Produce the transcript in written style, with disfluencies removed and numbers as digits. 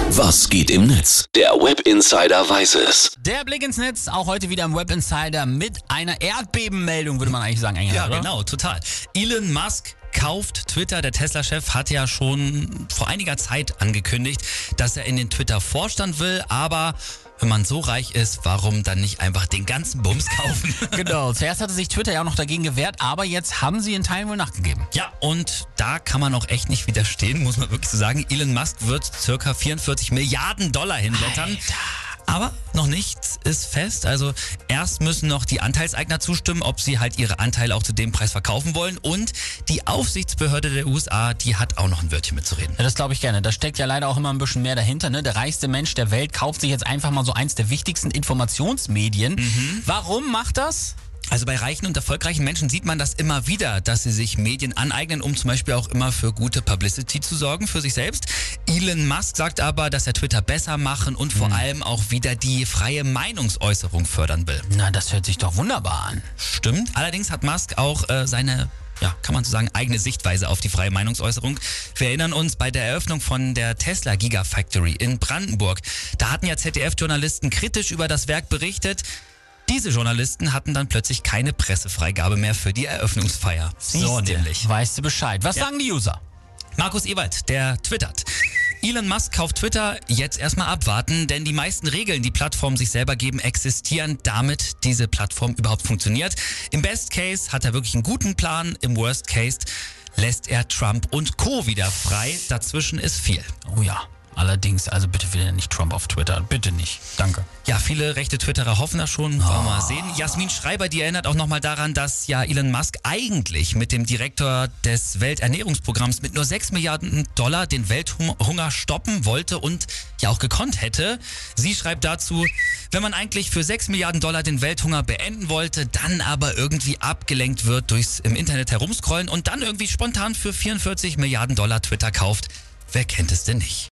Was geht im Netz? Der Web Insider weiß es. Der Blick ins Netz, auch heute wieder im Web Insider mit einer Erdbebenmeldung, würde man eigentlich sagen. Ja, oder? genau, total. Elon Musk kauft Twitter. Der Tesla-Chef hat ja schon vor einiger Zeit angekündigt, dass er in den Twitter-Vorstand will, aber wenn man so reich ist, warum dann nicht einfach den ganzen Bums kaufen? Genau, zuerst hatte sich Twitter ja auch noch dagegen gewehrt, aber jetzt haben sie in Teilen wohl nachgegeben. Ja, und da kann man auch echt nicht widerstehen, muss man wirklich so sagen. Elon Musk wird ca. 44 Milliarden Dollar hinblättern. Alter. Aber noch nichts ist fest. Also erst müssen noch die Anteilseigner zustimmen, ob sie halt ihre Anteile auch zu dem Preis verkaufen wollen. Und die Aufsichtsbehörde der USA, die hat auch noch ein Wörtchen mitzureden. Ja, das glaube ich gerne. Da steckt ja leider auch immer ein bisschen mehr dahinter. Ne? Der reichste Mensch der Welt kauft sich jetzt einfach mal so eins der wichtigsten Informationsmedien. Warum macht das? Also bei reichen und erfolgreichen Menschen sieht man das immer wieder, dass sie sich Medien aneignen, um zum Beispiel auch immer für gute Publicity zu sorgen, für sich selbst. Elon Musk sagt aber, dass er Twitter besser machen und vor allem auch wieder die freie Meinungsäußerung fördern will. Na, das hört sich doch wunderbar an. Stimmt. Allerdings hat Musk auch seine, kann man so sagen, eigene Sichtweise auf die freie Meinungsäußerung. Wir erinnern uns bei der Eröffnung von der Tesla Gigafactory in Brandenburg. Da hatten ja ZDF-Journalisten kritisch über das Werk berichtet. Diese Journalisten hatten dann plötzlich keine Pressefreigabe mehr für die Eröffnungsfeier. So nämlich. Weißt du Bescheid. Was sagen die User? Markus Ewald, der twittert. Elon Musk kauft Twitter, jetzt erstmal abwarten, denn die meisten Regeln, die Plattformen sich selber geben, existieren, damit diese Plattform überhaupt funktioniert. Im Best Case hat er wirklich einen guten Plan, im Worst Case lässt er Trump und Co. wieder frei. Dazwischen ist viel. Oh ja. Allerdings, also bitte wieder nicht Trump auf Twitter. Bitte nicht. Danke. Ja, viele rechte Twitterer hoffen das schon. Wollen wir mal sehen. Jasmin Schreiber, die erinnert auch nochmal daran, dass ja Elon Musk eigentlich mit dem Direktor des Welternährungsprogramms mit nur 6 Milliarden Dollar den Welthunger stoppen wollte und ja auch gekonnt hätte. Sie schreibt dazu, wenn man eigentlich für 6 Milliarden Dollar den Welthunger beenden wollte, dann aber irgendwie abgelenkt wird durchs im Internet herumscrollen und dann irgendwie spontan für 44 Milliarden Dollar Twitter kauft. Wer kennt es denn nicht?